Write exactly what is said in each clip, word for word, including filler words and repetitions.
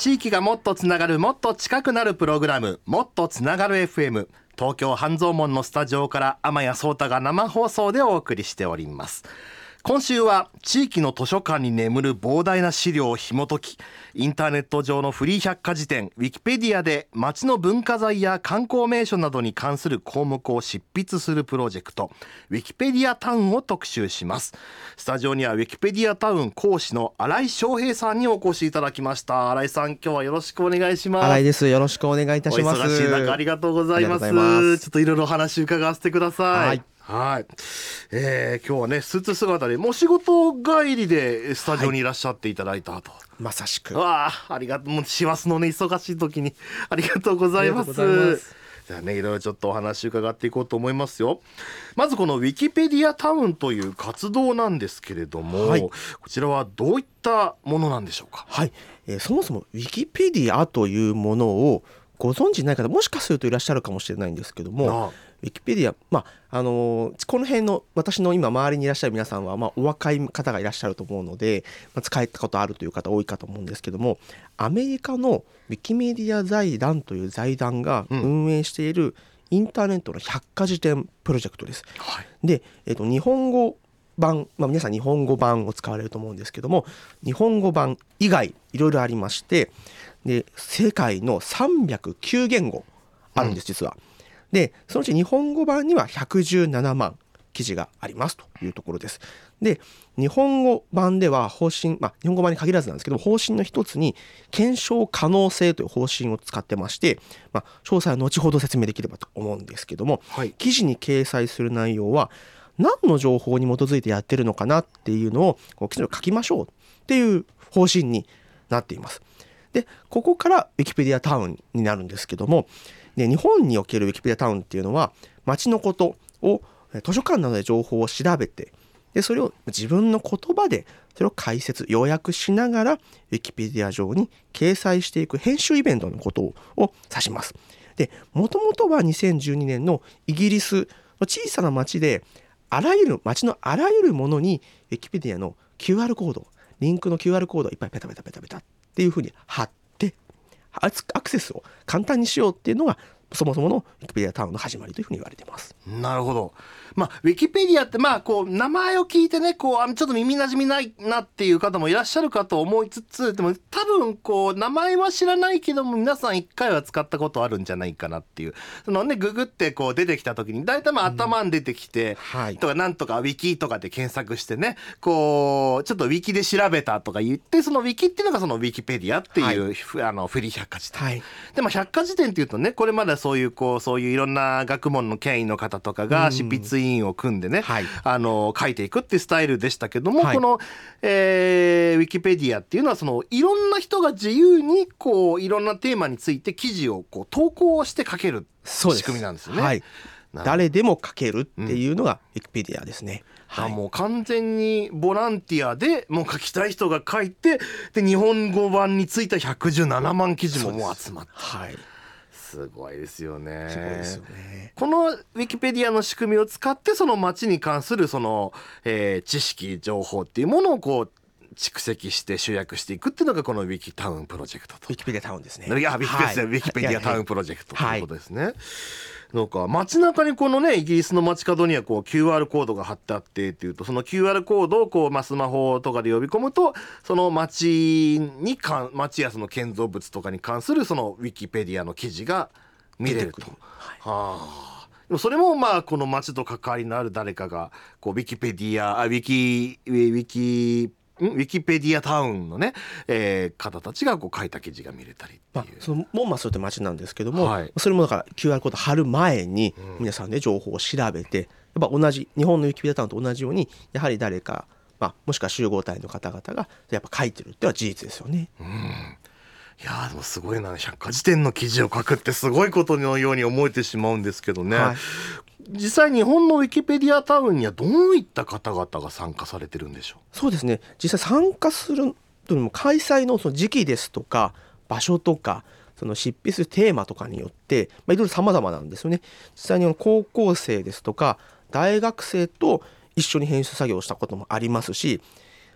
地域がもっとつながる、もっと近くなるプログラム、もっとつながる エフエム、 東京半蔵門のスタジオから天谷壮太が生放送でお送りしております。今週は地域の図書館に眠る膨大な資料を紐解き、インターネット上のフリー百科事典ウィキペディアで町の文化財や観光名所などに関する項目を執筆するプロジェクト、ウィキペディアタウンを特集します。スタジオにはウィキペディアタウン講師の新井翔平さんにお越しいただきました。新井さん、今日はよろしくお願いします。 新井です。よろしくお願いいたします。 お忙しい中ありがとうございます。 ますちょっといろいろお話伺わせてください。 はいはい、えー、今日はねスーツ姿でもう仕事帰りでスタジオにいらっしゃっていただいたと、はい、 まさしくわあ、ありがとう。もう師走のね忙しい時にありがとうございます。じゃあね、いろいろちょっとお話伺っていこうと思いますよ。まずこのウィキペディアタウンという活動なんですけれども、はい、こちらはどういったものなんでしょうか。 はい、えー、そもそもウィキペディアというものをご存知ない方もしかするといらっしゃるかもしれないんですけども、ウィキペディア、まああのー、この辺の私の今周りにいらっしゃる皆さんは、まあ、お若い方がいらっしゃると思うので、まあ、使ったことあるという方多いかと思うんですけども、アメリカのウィキメディア財団という財団が運営しているインターネットの百科事典プロジェクトです、はい、で、えーと、日本語版、まあ、皆さん日本語版を使われると思うんですけども、日本語版以外いろいろありまして、で世界のさんびゃくきゅう言語あるんです、実は。でそのうち日本語版にはひゃくじゅうななまん記事がありますというところです。で日本語版では方針、まあ、日本語版に限らずなんですけど、方針の一つに検証可能性という方針を使ってまして、まあ、詳細は後ほど説明できればと思うんですけども、はい、記事に掲載する内容は何の情報に基づいてやってるのかなっていうのをこうきちんと書きましょうっていう方針になっています。でここからウィキペディアタウンになるんですけども、で日本におけるウィキペディアタウンっていうのは街のことを図書館などで情報を調べて、でそれを自分の言葉でそれを解説要約しながらウィキペディア上に掲載していく編集イベントのことを指します。でもともとはにせんじゅうにねんのイギリスの小さな町であらゆる町のあらゆるものにウィキペディアの キューアール コード、リンクの キューアール コードをいっぱいペタペタペタペタっていうふうに貼ってアクセスを簡単にしようっていうのがそもそものウィキペディアタウンの始まりというふうに言われています。 なるほど。まあ、ウィキペディアってまあこう名前を聞いてね、こうあのちょっと耳なじみないなっていう方もいらっしゃるかと思いつつ、でも多分こう名前は知らないけども皆さん一回は使ったことあるんじゃないかなっていう、そのねググってこう出てきた時に大体まあ頭に出てきて、うんはい、とかなんとかウィキとかで検索してね、こうちょっとウィキで調べたとか言って、そのウィキっていうのがそのウィキペディアっていう、はい、あのフリー百科事典、はい、でも百科事典っていうとね、これまでそういうこうそういういろんな学問の権威の方とかが執筆委員を組んでね、はい、あの書いていくっていうスタイルでしたけども、はい、この、えー、ウィキペディアっていうのはそのいろんな人が自由にこういろんなテーマについて記事をこう投稿して書ける仕組みなんですよね。 はい、誰でも書けるっていうのがウィキペディアですね。 うん、はい、もう完全にボランティアでもう書きたい人が書いて、で日本語版についたひゃくじゅうななまん記事ももう集まって、はい、すごいですよね。 すごいですよね。 このウィキペディアの仕組みを使ってその街に関するその、えー、知識情報っていうものをこう蓄積して集約していくっていうのがこのウィキタウンプロジェクトと。 ウィキペディアタウンですね。 いやウィキペディア、はい、ウィキペディアタウンプロジェクトということですね。はい、なんか街中にこのねイギリスの街角にはこう キューアール コードが貼ってあってっていうと、その キューアール コードをこう、まあ、スマホとかで呼び込むとその街にか街やその建造物とかに関するそのウィキペディアの記事が見れると。はい、はあ、でもそれもまあこの街と関わりのある誰かがこうウィキペディアあウィキウィキウィキペディアタウンのね、えー、方たちがこう書いた記事が見れたりっていう、 まあ、そのモンマスって街なんですけども、はい、それもだから キューアール コード貼る前に皆さんで情報を調べて、やっぱ同じ日本のウィキペディアタウンと同じようにやはり誰か、まあ、もしくは集合体の方々がやっぱ書いてるっていうのは事実ですよね。 うん、いやでもすごいな、百科事典の記事を書くってすごいことのように思えてしまうんですけどね。はい、実際日本のウィキペディアタウンにはどういった方々が参加されてるんでしょう。 そうですね、実際参加するというのも開催のその時期ですとか場所とかその執筆するテーマとかによって、まあ、いろいろ様々なんですよね。実際に高校生ですとか大学生と一緒に編集作業をしたこともありますし、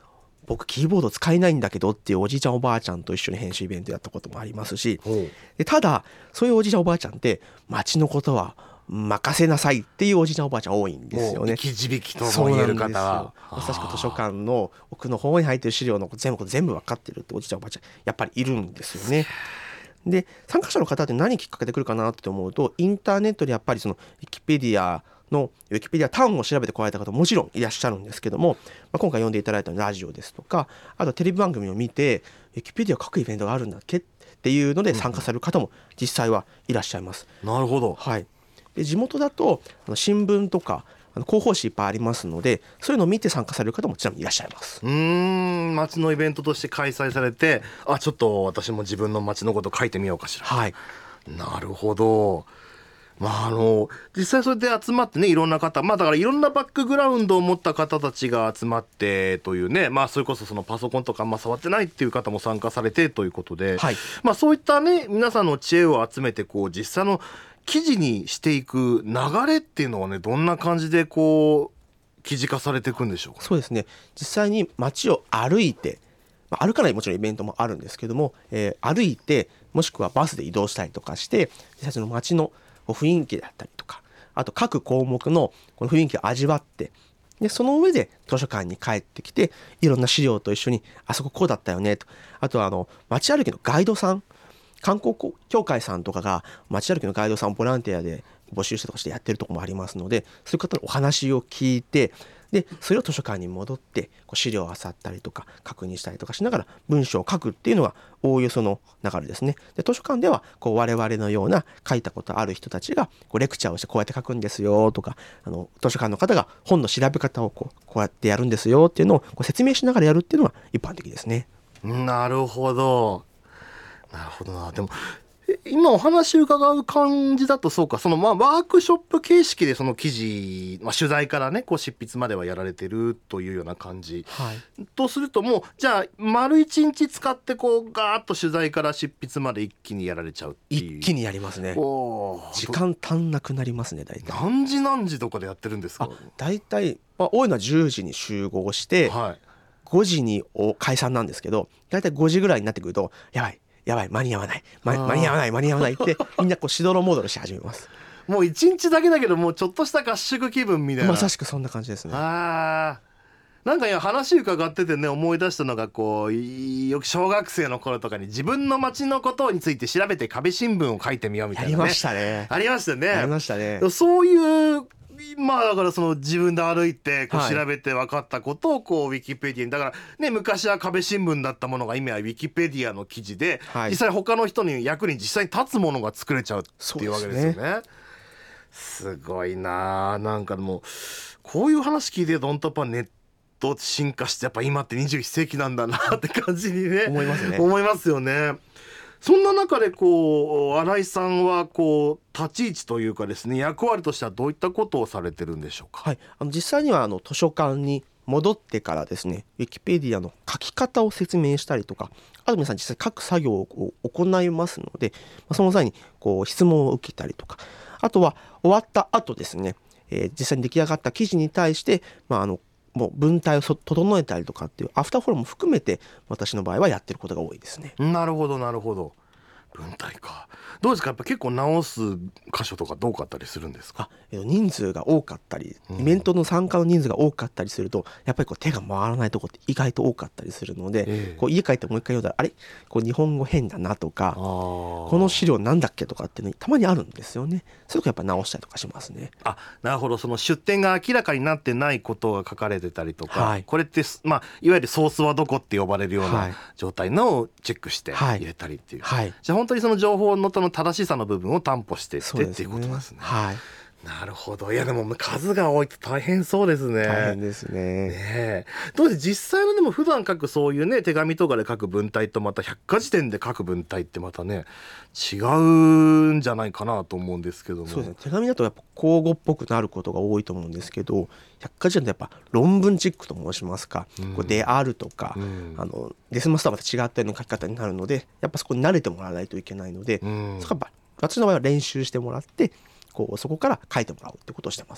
僕キーボード使えないんだけどっていうおじいちゃんおばあちゃんと一緒に編集イベントやったこともありますし、でただそういうおじいちゃんおばあちゃんって街のことは任せなさいっていうおじいちゃんおばあちゃん多いんですよね。 生き字引とも言える方はまさしく図書館の奥の方に入ってる資料の全部全部分かってるっておじいちゃんおばあちゃんやっぱりいるんですよね。で参加者の方って何きっかけで来るかなって思うと、インターネットでやっぱりそのウィキペディアのウィキペディア単を調べてこられた方ももちろんいらっしゃるんですけども、まあ、今回読んでいただいたラジオですとか、あとテレビ番組を見てウィキペディア各イベントがあるんだっけっていうので参加される方も実際はいらっしゃいます。 うん、なるほど、 はい、で地元だとあの新聞とかあの広報誌いっぱいありますので、そういうのを見て参加される方もちなみにいらっしゃいます。 うーん、町のイベントとして開催されて、あちょっと私も自分の町のこと書いてみようかしら。 はい、 なるほど。まああの実際それで集まってね、いろんな方、まあだからいろんなバックグラウンドを持った方たちが集まってというね、まあそれこそそのパソコンとかあんま触ってないっていう方も参加されてということで、 はい、 まあそういったね皆さんの知恵を集めてこう実際の記事にしていく流れっていうのはね、どんな感じでこう記事化されていくんでしょうか。 そうですね、実際に街を歩いて、まあ、歩かないもちろんイベントもあるんですけども、えー、歩いてもしくはバスで移動したりとかして実際その街の雰囲気だったりとか、あと各項目のこの雰囲気を味わって、でその上で図書館に帰ってきていろんな資料と一緒にあそここうだったよねと、あとはあの街歩きのガイドさん、観光協会さんとかが街歩きのガイドさんをボランティアで募集してとかしてやってるところもありますので、そういう方のお話を聞いて、でそれを図書館に戻ってこう資料を漁ったりとか確認したりとかしながら文章を書くっていうのがおおよその流れですね。で図書館ではこう我々のような書いたことある人たちがこうレクチャーをしてこうやって書くんですよとか、あの図書館の方が本の調べ方をこうこうやってやるんですよっていうのをこう説明しながらやるっていうのが一般的ですね。 なるほどなるほどな。でも今お話伺う感じだとそうか、そのまあワークショップ形式でその記事、まあ、取材からねこう執筆まではやられてるというような感じ、 はい、 とするともうじゃあ丸一日使ってこうガーッと取材から執筆まで一気にやられちゃうっていう。 一気にやりますね。 お時間足んなくなりますね。大体何時何時とかでやってるんですか。 あ大体、まあ、多いのはじゅうじに集合して、 はい、 ごじに解散なんですけど、大体ごじぐらいになってくるとやばいやばい間に合わない、ま、間に合わない間に合わないってみんなこうしどろもどろし始めます。 もう一日だけだけどもうちょっとした合宿気分みたいな。 まさしくそんな感じですね。 あなんか今話伺っててね思い出したのがこうよく小学生の頃とかに自分の街のことについて調べて壁新聞を書いてみようみたいな、ね、 やりましたね。 ありましたね。 ありましたね。 そういうまあだからその自分で歩いてこう調べて分かったことをこうウィキペディアにだからね昔は壁新聞だったものが今はウィキペディアの記事で実際他の人に役に実際に立つものが作れちゃうっていうわけですよね。すごいな。なんかでもこういう話聞いてると本当やっぱネット進化してやっぱ今ってにじゅういっ世紀なんだなって感じにね思いますね。 思いますよね。そんな中でこう新井さんはこう立ち位置というかですね役割としてはどういったことをされてるんでしょうか。 はい、あの実際にはあの図書館に戻ってからですねウィキペディアの書き方を説明したりとか、あと皆さん実際書く作業を行いますので、その際にこう質問を受けたりとか、あとは終わった後ですね、えー、実際に出来上がった記事に対して、まあ、あのもう文体を整えたりとかっていうアフターフォローも含めて私の場合はやってることが多いですね。 なるほどなるほど。文体か。どうですかやっぱ結構直す箇所とかどうかったりするんですか。 あ人数が多かったりイベントの参加の人数が多かったりすると、やっぱりこう手が回らないところって意外と多かったりするので、えー、こう家帰ってもう一回読んだらあれこう日本語変だなとかこの資料なんだっけとかっていうのたまにあるんですよね。そういうとやっぱ直したりとかしますね。 あなるほど。その出典が明らかになってないことが書かれてたりとか、はい、これって、まあ、いわゆるソースはどこって呼ばれるような状態のをチェックして入れたりっていう、はいはい、じゃあ本当にその情報のの正しさの部分を担保してってっていうことですね。はい、なるほど。いやでも数が多いと大変そうですね。 大変ですね。 ねどうで実際のでも普段書くそういうね手紙とかで書く文体とまた百科事典で書く文体ってまたね違うんじゃないかなと思うんですけども。 そうですね。手紙だとやっぱ口語っぽくなることが多いと思うんですけど、百科事典ってやっぱ論文チックと申しますか、うん、こうであるとか、うん、あのデスマスとはまた違ったような書き方になるのでやっぱそこに慣れてもらわないといけないので、うん、そこはやっぱ私の場合は練習してもらってこうそこから書いてもらうってことをしてますね。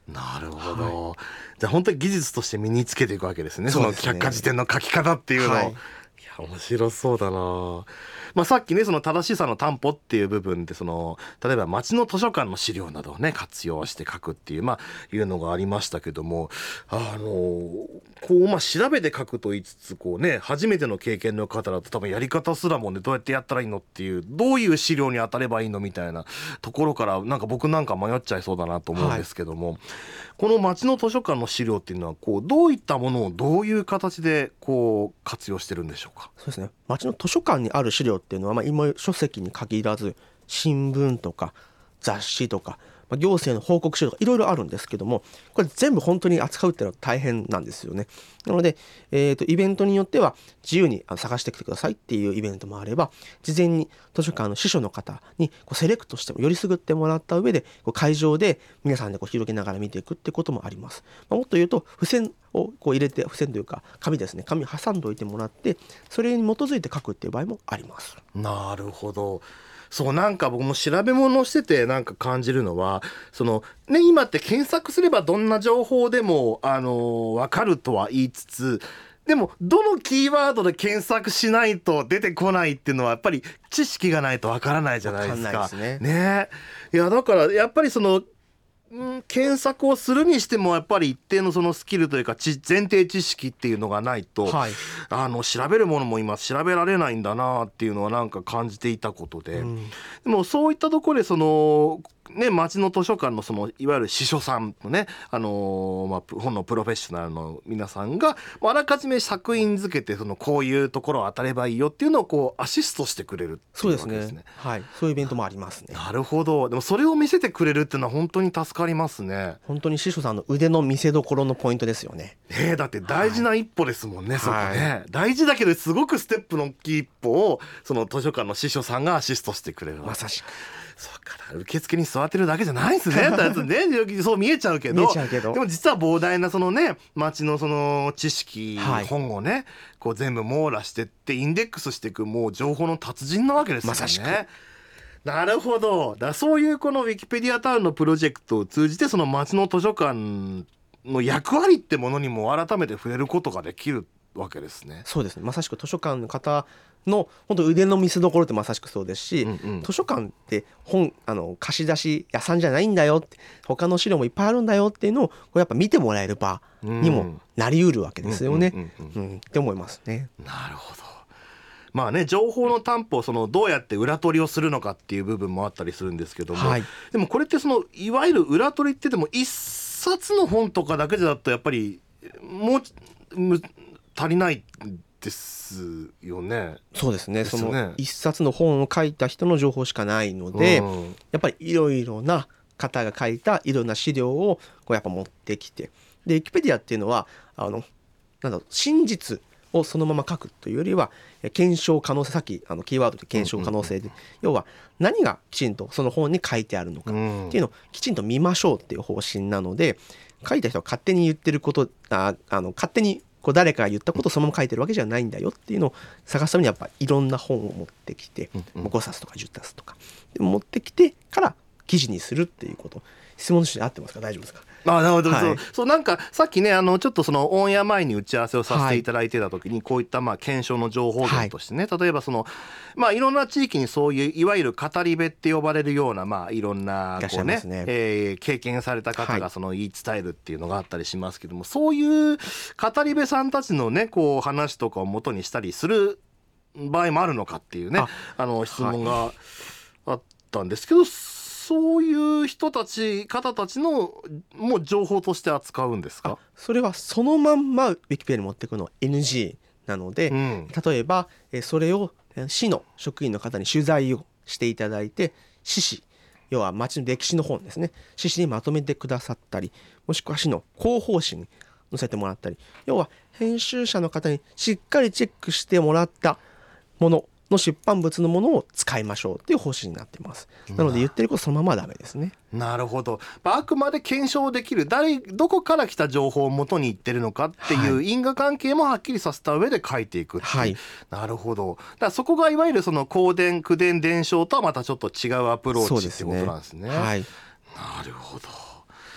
なるほど、はい、じゃあ本当に技術として身につけていくわけですね、 そうですね、 その百科事典の書き方っていうのを、はい、いや面白そうだな。まあ、さっきねその正しさの担保っていう部分でその例えば町の図書館の資料などをね活用して書くっていうまあいうのがありましたけども、あのこうまあ調べて書くと言いつつこうね初めての経験の方だと多分やり方すらもねどうやってやったらいいのっていうどういう資料に当たればいいのみたいなところからなんか僕なんか迷っちゃいそうだなと思うんですけども、はい、この町の図書館の資料っていうのはこうどういったものをどういう形でこう活用してるんでしょうか。 そうですね、町の図書館にある資料っていうのは、まあ、今書籍に限らず新聞とか雑誌とか、まあ、行政の報告書とかいろいろあるんですけども、これ全部本当に扱うっていうのは大変なんですよね。なので、えーと、イベントによっては自由に探してきてくださいっていうイベントもあれば、事前に図書館の司書の方にこうセレクトしてもよりすぐってもらった上でこう会場で皆さんでこう広げながら見ていくってこともあります。まあ、もっと言うと付箋をこう入れて、付箋というか紙ですね、紙挟んでおいてもらってそれに基づいて書くっていう場合もあります。 なるほど。そうなんか僕も調べ物をしててなんか感じるのはその、ね、今って検索すればどんな情報でも、あのー、分かるとは言いつつでもどのキーワードで検索しないと出てこないっていうのはやっぱり知識がないと分からないじゃないですか。 分かんないですね。 ね、いやだからやっぱりそのん検索をするにしてもやっぱり一定のそのスキルというか知前提知識っていうのがないと、はい、あの調べるものも今調べられないんだなっていうのはなんか感じていたことで、うん、でもそういったところでそのね、町の図書館のそのいわゆる司書さんのね、あのーまあ、本のプロフェッショナルの皆さんがあらかじめ作品付けてそのこういうところを当たればいいよっていうのをこうアシストしてくれるっていうわけですね。 そうですね、はい、そういうイベントもありますね。 なるほど。でもそれを見せてくれるっていうのは本当に助かりますね。 本当に司書さんの腕の見せ所のポイントですよね。 ねえだって大事な一歩ですもんね、はい、そこね、はい、大事だけどすごくステップの大きい一歩をその図書館の司書さんがアシストしてくれる。 まさしくそうか、受付に座ってるだけじゃないですねねそう見えちゃうけど、 見えちゃうけどでも実は膨大なそのね町のその知識、はい、本をねこう全部網羅してってインデックスしていくもう情報の達人なわけですよね。 まさしく。 なるほど。だからそういうこのウィキペディアタウンのプロジェクトを通じてその町の図書館の役割ってものにも改めて触れることができるわけですね。 そうですね、まさしく図書館の方の本当腕の見せ所ってまさしくそうですし、うんうん、図書館って本あの貸し出し屋さんじゃないんだよって、他の資料もいっぱいあるんだよっていうのをこうやっぱ見てもらえる場にもなりうるわけですよねって思いますね。 なるほど。まあね、情報の担保をそのどうやって裏取りをするのかっていう部分もあったりするんですけども、はい、でもこれってそのいわゆる裏取りってでも一冊の本とかだけだとやっぱりもう足りないですよね。 そうですね、その一冊の本を書いた人の情報しかないので、うん、やっぱりいろいろな方が書いたいろんな資料をこうやっぱ持ってきて、でウィキペディアっていうのはあのなんだろう真実をそのまま書くというよりは検証可能性、さっきあのキーワードで検証可能性で、うんうんうん、要は何がきちんとその本に書いてあるのかっていうのをきちんと見ましょうっていう方針なので、書いた人が勝手に言ってることああの勝手にこう誰かが言ったことをそのまま書いてるわけじゃないんだよっていうのを探すためにやっぱいろんな本を持ってきて、うんうん、ごさつとかじゅっさつとかで持ってきてから記事にするっていうこと。質問として合ってますか？大丈夫ですか？ あ、なるほど、はい、そう、そうなんかさっきねあのちょっとそのオンエア前に打ち合わせをさせていただいてた時に、はい、こういったまあ検証の情報源としてね、はい、例えばそのまあいろんな地域にそういういわゆる語り部って呼ばれるようなまあいろんなこうね、ねえー、経験された方がその言い伝えるっていうのがあったりしますけども、はい、そういう語り部さんたちのねこう話とかを元にしたりする場合もあるのかっていうねああの質問があったんですけど、はい、そういう人たち方たちのもう情報として扱うんですか？ それはそのまんまウィキペディアに持っていくのは エヌジー なので、うん、例えばそれを市の職員の方に取材をしていただいて市史、要は町の歴史の本ですね、市史にまとめてくださったり、もしくは市の広報誌に載せてもらったり、要は編集者の方にしっかりチェックしてもらったものの出版物のものを使いましょうっていう方針になっています。なので言ってることそのままダメですね。 なるほど。あくまで検証できる誰どこから来た情報を元に言ってるのかっていう因果関係もはっきりさせた上で書いていくっていう、はい、なるほど。だからそこがいわゆるその公伝口伝伝承とはまたちょっと違うアプローチってことなんですね。 はい、 なるほど。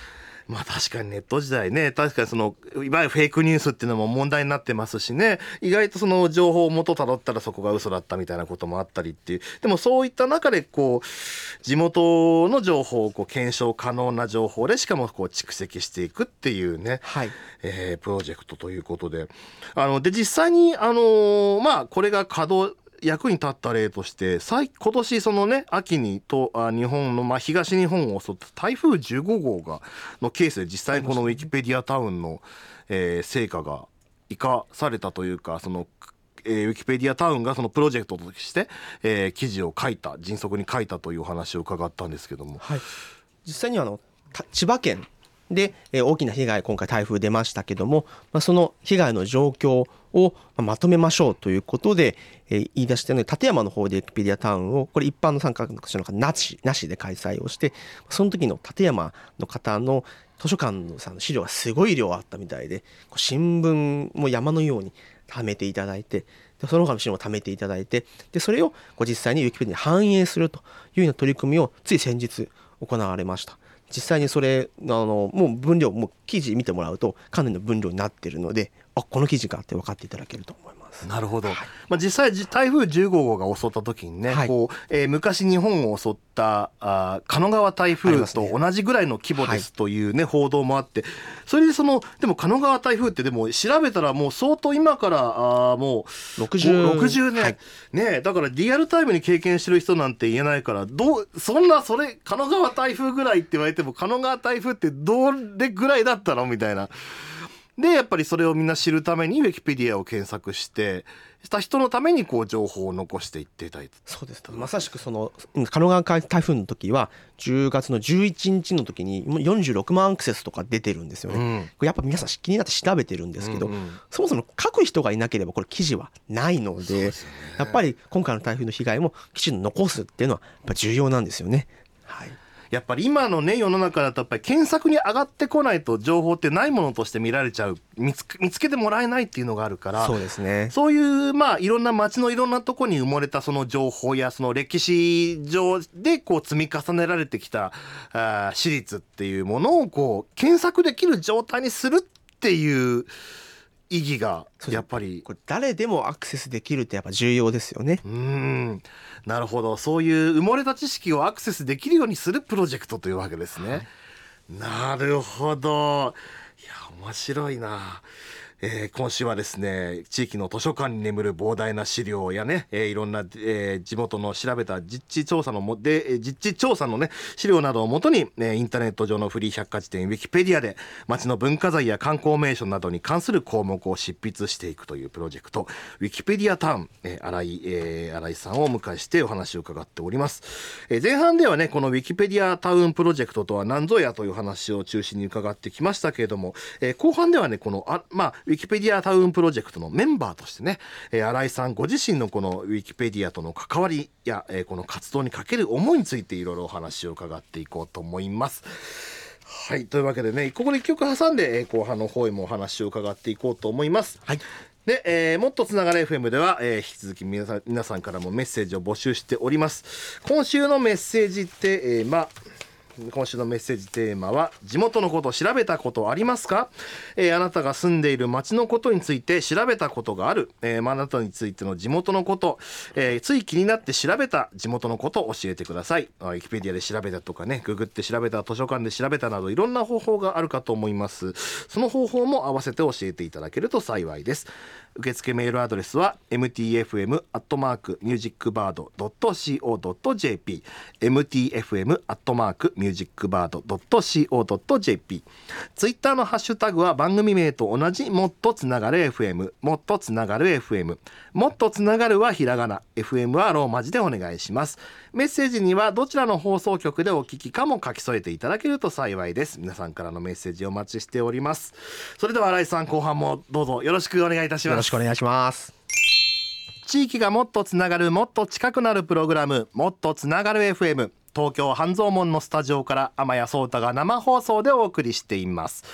まあ確かにネット時代ね、確かにそのいわゆるフェイクニュースっていうのも問題になってますしね、意外とその情報を元たどったらそこが嘘だったみたいなこともあったりっていう、でもそういった中でこう地元の情報をこう検証可能な情報でしかもこう蓄積していくっていうね、 はい、 えー、プロジェクトということで、あので実際にあのー、まあこれが稼働役に立った例として今年そのね秋にとあ日本の、まあ、東日本を襲った台風じゅうごごうがのケースで実際にこのウィキペディアタウンの、えー、成果が生かされたというか、その、えー、ウィキペディアタウンがそのプロジェクトとして、えー、記事を書いた迅速に書いたというお話を伺ったんですけども、 はい、実際にはあの千葉県で、えー、大きな被害今回台風出ましたけども、まあ、その被害の状況をまとめましょうということで、えー、言い出してので立山の方でウィキペディアタウンをこれ一般の参加者の方なしなしで開催をして、その時の立山の方の図書館のさんの資料がすごい量あったみたいで、こう新聞も山のように貯めていただいて、でその他の資料も貯めていただいて、でそれをこう実際にウィキペディアに反映するというような取り組みをつい先日行われました。実際にそれあのもう分量もう記事見てもらうとかなりの分量になっているので、あこの記事かって分かっていただけると思います。 なるほど、 はい、 まあ、実際台風じゅうごごうが襲った時にね、はい、こうえー、昔日本を襲ったあ神奈川台風と同じぐらいの規模ですというね、はい、報道もあって、それでそのでも神奈川台風ってでも調べたらもう相当今からあもうろくじゅう、 ろくじゅうねん、はい、ね、だからリアルタイムに経験してる人なんて言えないから、どうそんなそれ神奈川台風ぐらいって言われても神奈川台風ってどれぐらいだったのみたいな。でやっぱりそれをみんな知るためにウィキペディアを検索してした人のためにこう情報を残していっていたい。 そうです。まさしくその神奈川台風の時はじゅうがつのじゅういちにちの時によんじゅうろくまんアクセスとか出てるんですよね、うん、これやっぱ皆さん気になって調べてるんですけど、うんうん、そもそも書く人がいなければこれ記事はないの で, で、ね、やっぱり今回の台風の被害もきちんと残すっていうのはやっぱ重要なんですよね。はい、 やっぱり今のね世の中だとやっぱり検索に上がってこないと情報ってないものとして見られちゃう、見つ、見つけてもらえないっていうのがあるから、 そうですね、 そういうまあいろんな街のいろんなとこに埋もれたその情報やその歴史上でこう積み重ねられてきたあ史実っていうものをこう検索できる状態にするっていう意義がやっぱりこれ誰でもアクセスできるってやっぱ重要ですよね。 うーん、なるほど、そういう埋もれた知識をアクセスできるようにするプロジェクトというわけですね、はい、なるほど、いや面白いな。えー、今週はですね地域の図書館に眠る膨大な資料やね、えー、いろんな、えー、地元の調べた実地調査のもで、えー、実地調査のね資料などをもとに、えー、インターネット上のフリー百科事典ウィキペディアで町の文化財や観光名所などに関する項目を執筆していくというプロジェクトウィキペディアタウン、えー、新井、えー、新井さんをお迎えしてお話を伺っております、えー、前半ではねこのウィキペディアタウンプロジェクトとは何ぞやという話を中心に伺ってきましたけれども、えー、後半ではねこのあまあウィキペディアタウンプロジェクトのメンバーとしてね、えー、新井さんご自身のこのウィキペディアとの関わりや、えー、この活動にかける思いについていろいろお話を伺っていこうと思います。はい、というわけでねここでいっきょく挟んで、えー、後半の方へもお話を伺っていこうと思います。はいで、えー、もっとつながる エフエム では、えー、引き続き皆さん、皆さんからもメッセージを募集しております。今週のメッセージテーマ今週のメッセージテーマは地元のこと調べたことありますか、えー、あなたが住んでいる町のことについて調べたことがある、えー、あなたについての地元のこと、えー、つい気になって調べた地元のことを教えてください。ウィキペディアで調べたとかねググって調べた図書館で調べたなどいろんな方法があるかと思います。その方法も合わせて教えていただけると幸いです。受付メールアドレスは エムティーエフエム アットマーク ミュージックバード ドット シーオー ドット ジェーピー エムティーエフエム アットマーク ミュージックバード ドット シーオー ドット ジェーピー ツイッターのハッシュタグは番組名と同じもっとつながる エフエム もっとつながる エフエム もっとつながるはひらがな エフエム はローマ字でお願いします。メッセージにはどちらの放送局でお聞きかも書き添えていただけると幸いです。皆さんからのメッセージお待ちしております。それでは新井さん後半もどうぞよろしくお願いいたします。 よろしくお願いします。 地域がもっとつながるもっと近くなるプログラムもっとつながる エフエム 東京半蔵門のスタジオから天谷壮太が生放送でお送りしています。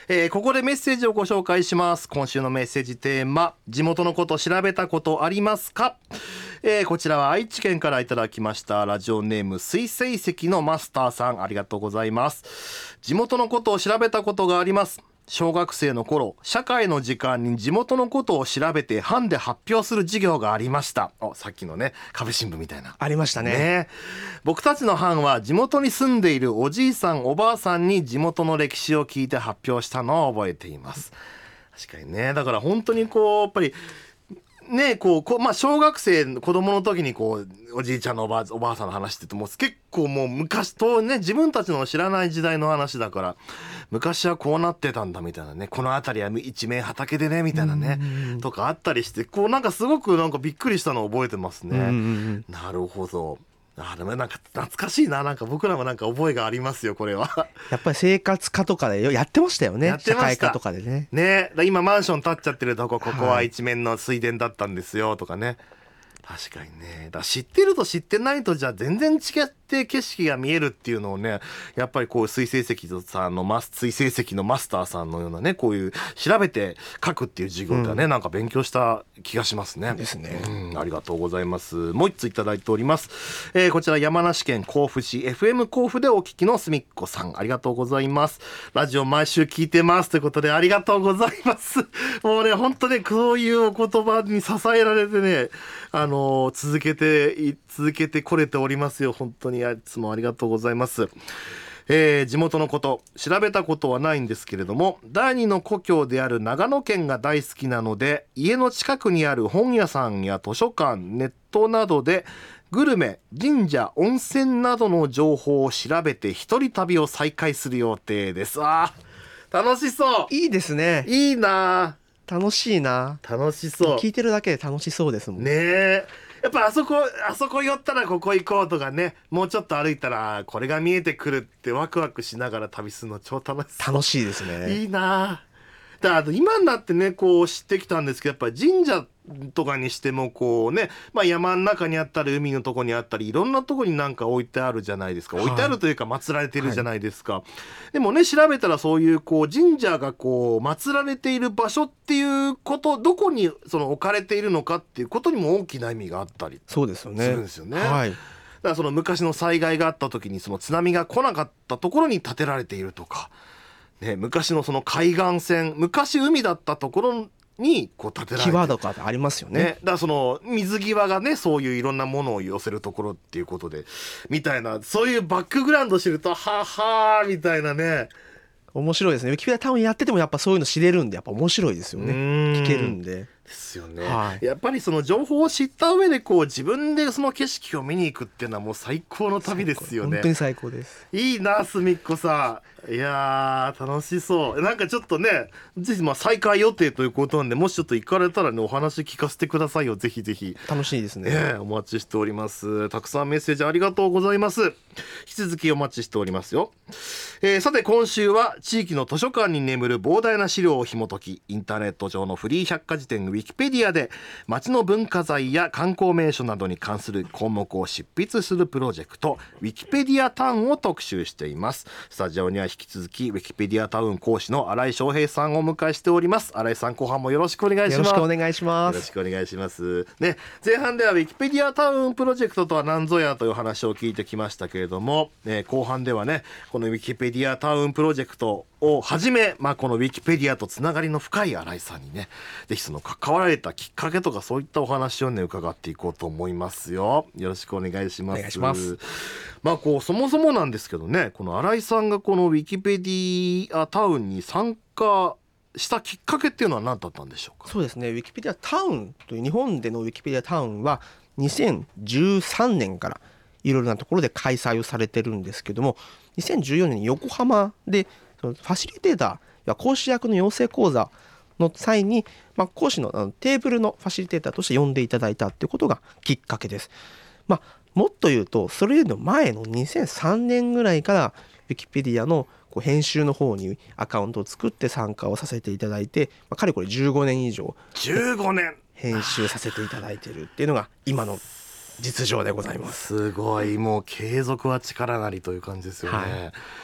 えー、ここでメッセージをご紹介します。今週のメッセージテーマ、地元のこと調べたことありますか？えー、こちらは愛知県からいただきました。ラジオネーム水星石のマスターさん、ありがとうございます。地元のことを調べたことがあります。小学生の頃、社会の時間に地元のことを調べて班で発表する授業がありました。お、さっきのね、壁新聞みたいな。 ありましたね。 ね、僕たちの班は地元に住んでいるおじいさんおばあさんに地元の歴史を聞いて発表したのを覚えています。確かにね、だから本当にこうやっぱりね、こうこう、まあ、小学生子供の時にこうおじいちゃんのおばあ、おばあさんの話って言っても結構もう昔とね、自分たちの知らない時代の話だから、昔はこうなってたんだみたいなね、この辺りは一面畑でねみたいなねとかあったりして、こうなんかすごくなんかびっくりしたのを覚えてますね。なるほど。あ、でもなんか懐かしいな。なんか僕らもなんか覚えがありますよ、これは。 やっぱり生活科とかでやってましたよね。 やってました。 社会科とかでね。 ね、今マンション建っちゃってるとこ、ここは一面の水田だったんですよとかね。確かにね。だ知ってると知ってないとじゃあ全然違って景色が見えるっていうのをね、やっぱりこう水星石さんのマス水星石のマスターさんのようなね、こういう調べて書くっていう授業ではね、うん、なんか勉強した気がしますね。 ですね、 うん、ありがとうございます。もう一ついただいております。えー、こちら山梨県甲府市 エフエム 甲府でお聞きのすみっこさん、ありがとうございます。ラジオ毎週聞いてますということでありがとうございます。もうね、本当ね、そういうお言葉に支えられてね、あの続けて続けてこれておりますよ。本当にいつもありがとうございます。えー、地元のこと調べたことはないんですけれども、第二の故郷である長野県が大好きなので、家の近くにある本屋さんや図書館、ネットなどでグルメ、神社、温泉などの情報を調べて一人旅を再開する予定です。あー、楽しそう。 いいですね。 いいな、 楽しいな。 楽しそう。 聞いてるだけで楽しそうですもんね。え、やっぱあそこあそこ寄ったらここ行こうとかね、もうちょっと歩いたらこれが見えてくるってワクワクしながら旅するの超楽しそう。 楽しいですね。 いいな。だから今になってね、こう知ってきたんですけど、やっぱり神社とかにしてもこうね、まあ、山の中にあったり海のとこにあったり、いろんなとこになんか置いてあるじゃないですか。置いてあるというか祀られてるじゃないですか、はい、でもね、調べたらそういうこう神社がこう祀られている場所っていうこと、どこにその置かれているのかっていうことにも大きな意味があったりするんですよね。そうですよね、はい、だからその昔の災害があった時にその津波が来なかったところに建てられているとかね、昔のその海岸線、昔海だったところにこう建てられて際とかありますよ ね, ね。 だからその水際がね、そういういろんなものを寄せるところっていうことでみたいな、そういうバックグラウンド知るとははーみたいなね、 面白いですね。ウィキペディアタウンやっててもやっぱそういうの知れるんで、やっぱ面白いですよね。聞けるんでですよね、はい、やっぱりその情報を知った上でこう自分でその景色を見に行くっていうのはもう最高の旅ですよね。 本当に最高です。 いいな、すみっこさん。いやー楽しそう。なんかちょっとね、ぜひまあ再開予定ということなんで、もしちょっと行かれたらね、お話聞かせてくださいよ。ぜひぜひ。 楽しいですね、 えー、お待ちしております。たくさんメッセージありがとうございます。引き続きお待ちしておりますよ。えー、さて今週は地域の図書館に眠る膨大な資料を紐解き、インターネット上のフリー百科事典ウィキペディアで町の文化財や観光名所などに関する項目を執筆するプロジェクトウィキペディアタウンを特集しています。スタジオには引き続きウィキペディアタウン講師の新井翔平さんをお迎えしております。新井さん、後半もよろしくお願いします。 よろしくお願いします。 よろしくお願いします、ね、前半ではウィキペディアタウンプロジェクトとは何ぞやという話を聞いてきましたけれども、ね、後半ではね、このウィキペディアタウンプロジェクトをはじめ、まあ、このウィキペディアとつながりの深い新井さんにね、ぜひその関わられたきっかけとかそういったお話をね伺っていこうと思いますよ。よろしくお願いします。 お願いします。 まあこうそもそもなんですけどね、この新井さんがこのウィキペディアタウンに参加したきっかけっていうのは何だったんでしょうか。 そうですね、ウィキペディアタウンという日本でのウィキペディアタウンはにせんじゅうさんねんからいろいろなところで開催をされてるんですけども、にせんじゅうよねんに横浜でそのファシリテーターや講師役の養成講座の際に、まあ、講師のあのテーブルのファシリテーターとして呼んでいただいたっていうことがきっかけです。まあ、もっと言うとそれよりも前のにせんさんねんぐらいからウィキペディアのこう編集の方にアカウントを作って参加をさせていただいて、まあ、かれこれじゅうごねん以上じゅうごねん編集させていただいているっていうのが今の実情でございます。 すごい、もう継続は力なりという感じですよね、はい。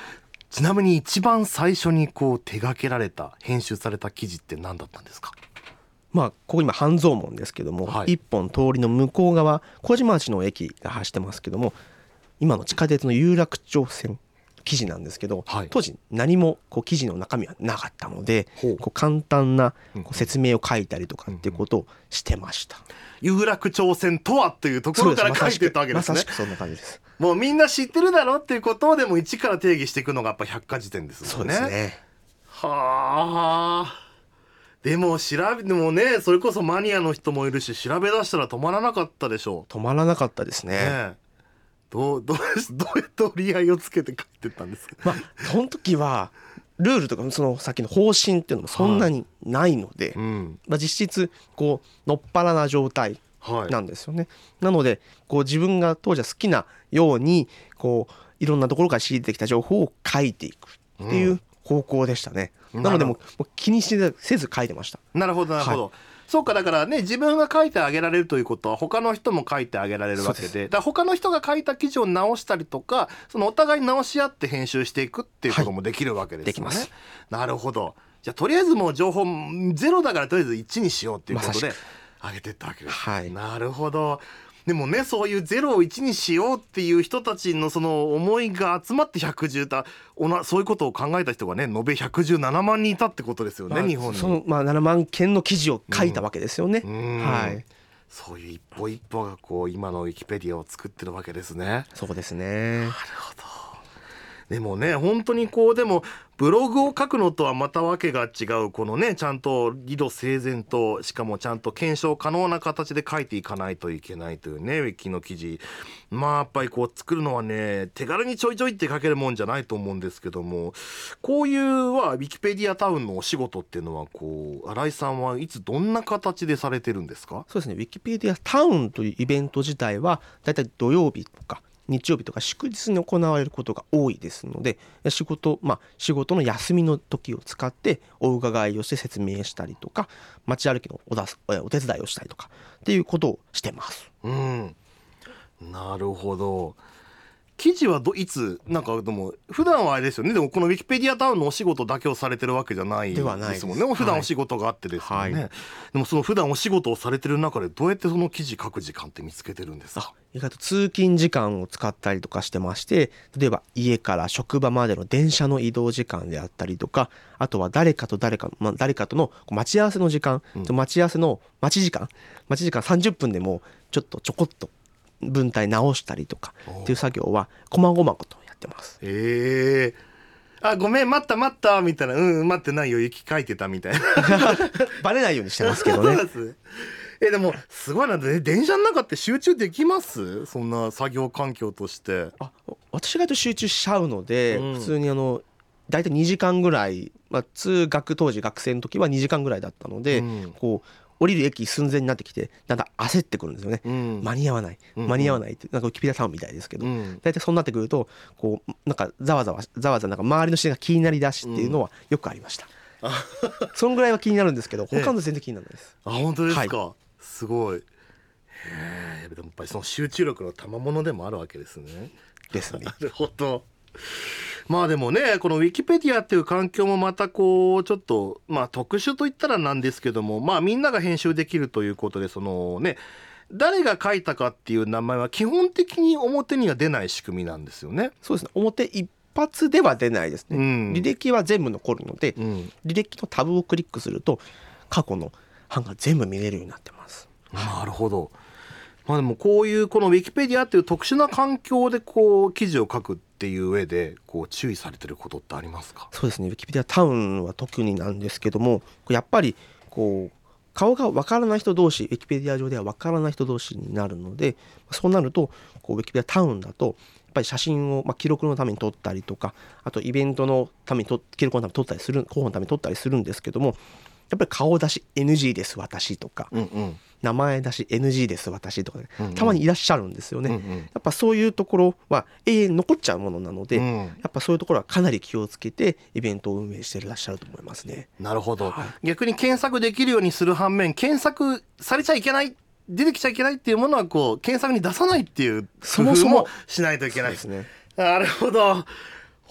ちなみに一番最初にこう手掛けられた編集された記事って何だったんですか？ まあここ今半蔵門ですけども、 はい、 一本通りの向こう側小島町の駅が走ってますけども、今の地下鉄の有楽町線記事なんですけど、はい、当時何もこう記事の中身はなかったので、こう簡単なこう説明を書いたりとかっていうことをしてました。 有楽町線とはというところから書いていったわけですね。 まさしくそんな感じです。 もうみんな知ってるだろっていうことをでも一から定義していくのがやっぱ百科事典ですもんね。 そうですね。 はあ。でも調べでもね、それこそマニアの人もいるし、調べ出したら止まらなかったでしょう。 止まらなかったですね。 ねどうどうどうやって折り合いをつけて書いてったんですか？ まあその時はルールとかその先の方針っていうのもそんなにないので、はい、うん、まあ、実質こうのっぱらな状態なんですよね。はい、なのでこう自分が当時は好きなようにこういろんなところから仕入れてきた情報を書いていくっていう方向でしたね。うん、なのでもう気にしてせず書いてました。 なるほどなるほど。はい、そうか、だからね、自分が書いてあげられるということは他の人も書いてあげられるわけ で, でだから他の人が書いた記事を直したりとか、そのお互いに直し合って編集していくっていうこともできるわけですよね。はい、できます。なるほど。じゃあとりあえずもう情報ゼロだからとりあえずいちにしようっていうことで上げていったわけです。はい、なるほど。でもね、そういうゼロをいちにしようっていう人たちのその思いが集まってひゃくじゅうだそういうことを考えた人がね、延べひゃくじゅうななまんにんいたってことですよね、まあ、日本に。 その、まあ、ななまんけんの記事を書いたわけですよね。 うん、 はい、 そういう一歩一歩がこう今のウィキペディアを作ってるわけですね。 そうですね。 なるほど。でもね、本当にこうでもブログを書くのとはまたわけが違う、このね、ちゃんと理路整然と、しかもちゃんと検証可能な形で書いていかないといけないというね、ウィキの記事、まあやっぱりこう作るのはね、手軽にちょいちょいって書けるもんじゃないと思うんですけども、こういうはウィキペディアタウンのお仕事っていうのはこう新井さんはいつどんな形でされてるんですか？ そうですね、ウィキペディアタウンというイベント自体はだいたい土曜日とか日曜日とか祝日に行われることが多いですので、仕事、まあ、仕事の休みの時を使ってお伺いをして説明したりとか、街歩きの お, だすお手伝いをしたりとかっていうことをしてます。 うん、なるほど。記事はどいつなんかでも普段はあれですよね。でもこのウィキペディアタウンのお仕事だけをされてるわけじゃないですもんね。でもね、普段お仕事があってですよね。はい、でもその普段お仕事をされてる中でどうやってその記事書く時間って見つけてるんですか？ 意外と通勤時間を使ったりとかしてまして、例えば家から職場までの電車の移動時間であったりとか、あとは誰かと誰か、まあ、誰かとの待ち合わせの時間、うん、待ち合わせの待ち時間待ち時間さんじゅっぷんでもちょっとちょこっと文体直したりとかっていう作業はこまごまことやってます。 えー、あ、ごめん待った待ったみたいな、うん待ってないよ雪書いてたみたいなバレないようにしてますけどね。 そうです。えでもすごいな、電車の中って集中できます？そんな作業環境として。 あ、私が集中しちゃうので、うん、普通にあのだいたいにじかんぐらい、まあ、通学当時学生の時はにじかんぐらいだったので、うん、こう降りる駅寸前になってきてだんだん焦ってくるんですよね。うん、間に合わない間に合わないってなんかウィキペディアタウンみたいですけど、うん、だいたいそうなってくるとこうなんかざわざわざわざわなんか周りの視点が気になりだしっていうのはよくありました。うん、そんぐらいは気になるんですけど他の全然気にならないです。 あ、本当ですか。はい、すごい。へえ、でもやっぱりその集中力の賜物でもあるわけですね。 ですね。 なるほど。まあでもね、このウィキペディアっていう環境もまたこうちょっとまあ特殊といったらなんですけども、まあみんなが編集できるということで、そのね誰が書いたかっていう名前は基本的に表には出ない仕組みなんですよね。 そうですね、表一発では出ないですね。うん、履歴は全部残るので、うん、履歴のタブをクリックすると過去の版が全部見れるようになってます。 なるほど。まあでもこういうこのウィキペディアっていう特殊な環境でこう記事を書くっていう上でこう注意されてることってありますか？ そうですね、ウィキペディアタウンは特になんですけども、やっぱりこう顔がわからない人同士、ウィキペディア上ではわからない人同士になるので、そうなるとこうウィキペディアタウンだとやっぱり写真を、まあ、記録のために撮ったりとか、あとイベントのためにと記録のために撮ったりする、候補のために撮ったりするんですけども、やっぱり顔出し エヌジー です私とか、うんうん、名前出し エヌジー です私とか、ね、うんうん、たまにいらっしゃるんですよね。うんうん、やっぱそういうところは永遠に残っちゃうものなので、うん、やっぱそういうところはかなり気をつけてイベントを運営していらっしゃると思いますね。 なるほど、はい、逆に検索できるようにする反面、検索されちゃいけない、出てきちゃいけないっていうものはこう検索に出さないっていう工夫もしないといけないですね。なるほど。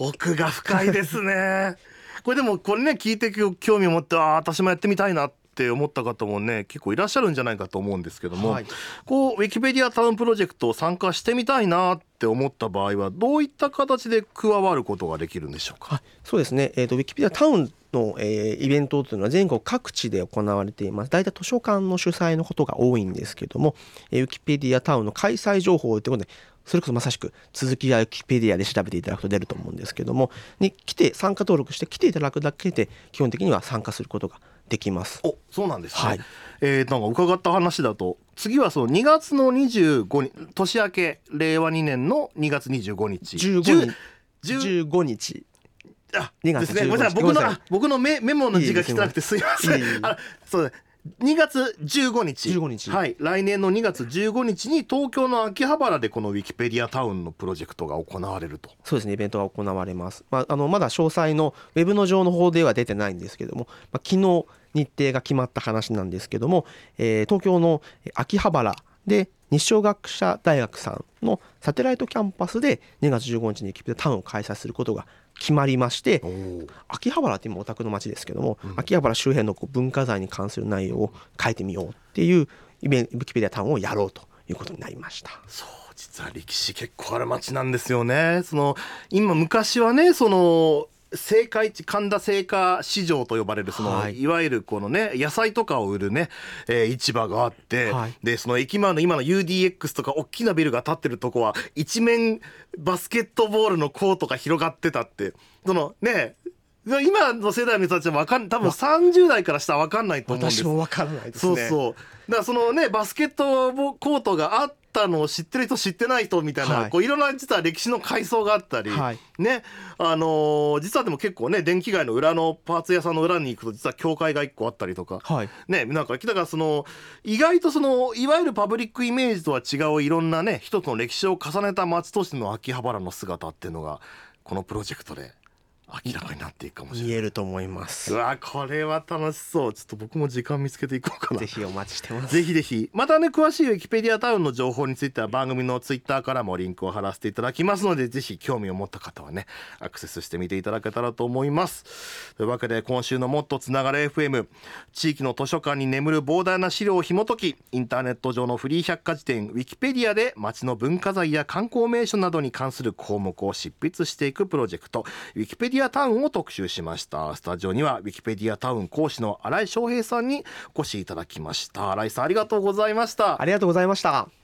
奥が深いですねこれでもこれね聞いて興味を持ってあ私もやってみたいなって思った方もね結構いらっしゃるんじゃないかと思うんですけども、はい、こうウィキペディアタウンプロジェクトを参加してみたいなって思った場合はどういった形で加わることができるんでしょうか。 はい、そうですね、えーと、ウィキペディアタウンの、えー、イベントというのは全国各地で行われています。大体図書館の主催のことが多いんですけども、えー、ウィキペディアタウンの開催情報ということでそれこそまさしく続きはウィキペディアで調べていただくと出ると思うんですけどもに来て参加登録して来ていただくだけで基本的には参加することができます。 おそうなんですね、 はい、 えー、なんか伺った話だと次はそのにがつのにじゅうごにち年明けれいわにねんのにがつにじゅうごにちじゅうごにちじゅうごにちあですね、ごめんなさい僕の僕の メ, メモの字が汚くてすいません。いいあそうにがつじゅうごにち、 じゅうごにち、 はい、来年のにがつじゅうごにちに東京の秋葉原でこのウィキペディアタウンのプロジェクトが行われると。 そうですね、イベントが行われます。まあ、あのまだ詳細のウェブの上の方では出てないんですけども、まあ、昨日日程が決まった話なんですけども、えー、東京の秋葉原で日照学舎大学さんのサテライトキャンパスでにがつじゅうごにちにウィキペディアタウンを開催することが決まりまして、秋葉原って今オタクの街ですけども、うん、秋葉原周辺のこう文化財に関する内容を書いてみようっていうイベントウィキペディアタウンをやろうということになりました。 そう実は歴史結構ある街なんですよね。その今昔はねその青果市神田青果市場と呼ばれるその、はい、いわゆるこのね野菜とかを売るね、えー、市場があって、はい、でその駅前の今の ユーディーエックス とか大きなビルが建ってるとこは一面バスケットボールのコートが広がってたってそのね今の世代の人たちはわかん多分さんじゅうだいから下は分かんないと思うんです。 私も分からないですね。 そうそうだからそのねバスケットコートがあったのを知ってる人知ってない人みたいな、はい、こういろんな実は歴史の階層があったり、はい、ねあのー、実はでも結構ね電気街の裏のパーツ屋さんの裏に行くと実は教会がいっこあったりとか、はい、ねなんかだからその意外とそのいわゆるパブリックイメージとは違ういろんなね一つの歴史を重ねた街としての秋葉原の姿っていうのがこのプロジェクトで明らかになっていくかもしれない。 見えると思います。 うわこれは楽しそう。ちょっと僕も時間見つけていこうかな。 ぜひお待ちしてます。 ぜひぜひまたね詳しいウィキペディアタウンの情報については番組のツイッターからもリンクを貼らせていただきますのでぜひ興味を持った方はねアクセスしてみていただけたらと思います。というわけで今週のもっとつながれ エフエム 地域の図書館に眠る膨大な資料を紐解きインターネット上のフリー百科事典ウィキペディアで街の文化財や観光名所などに関する項目を執筆していくプロジェクトウィキペディアタウンを特集しました。スタジオにはウィキペディアタウン講師の新井翔平さんにお越しいただきました。新井さんありがとうございました。 ありがとうございました。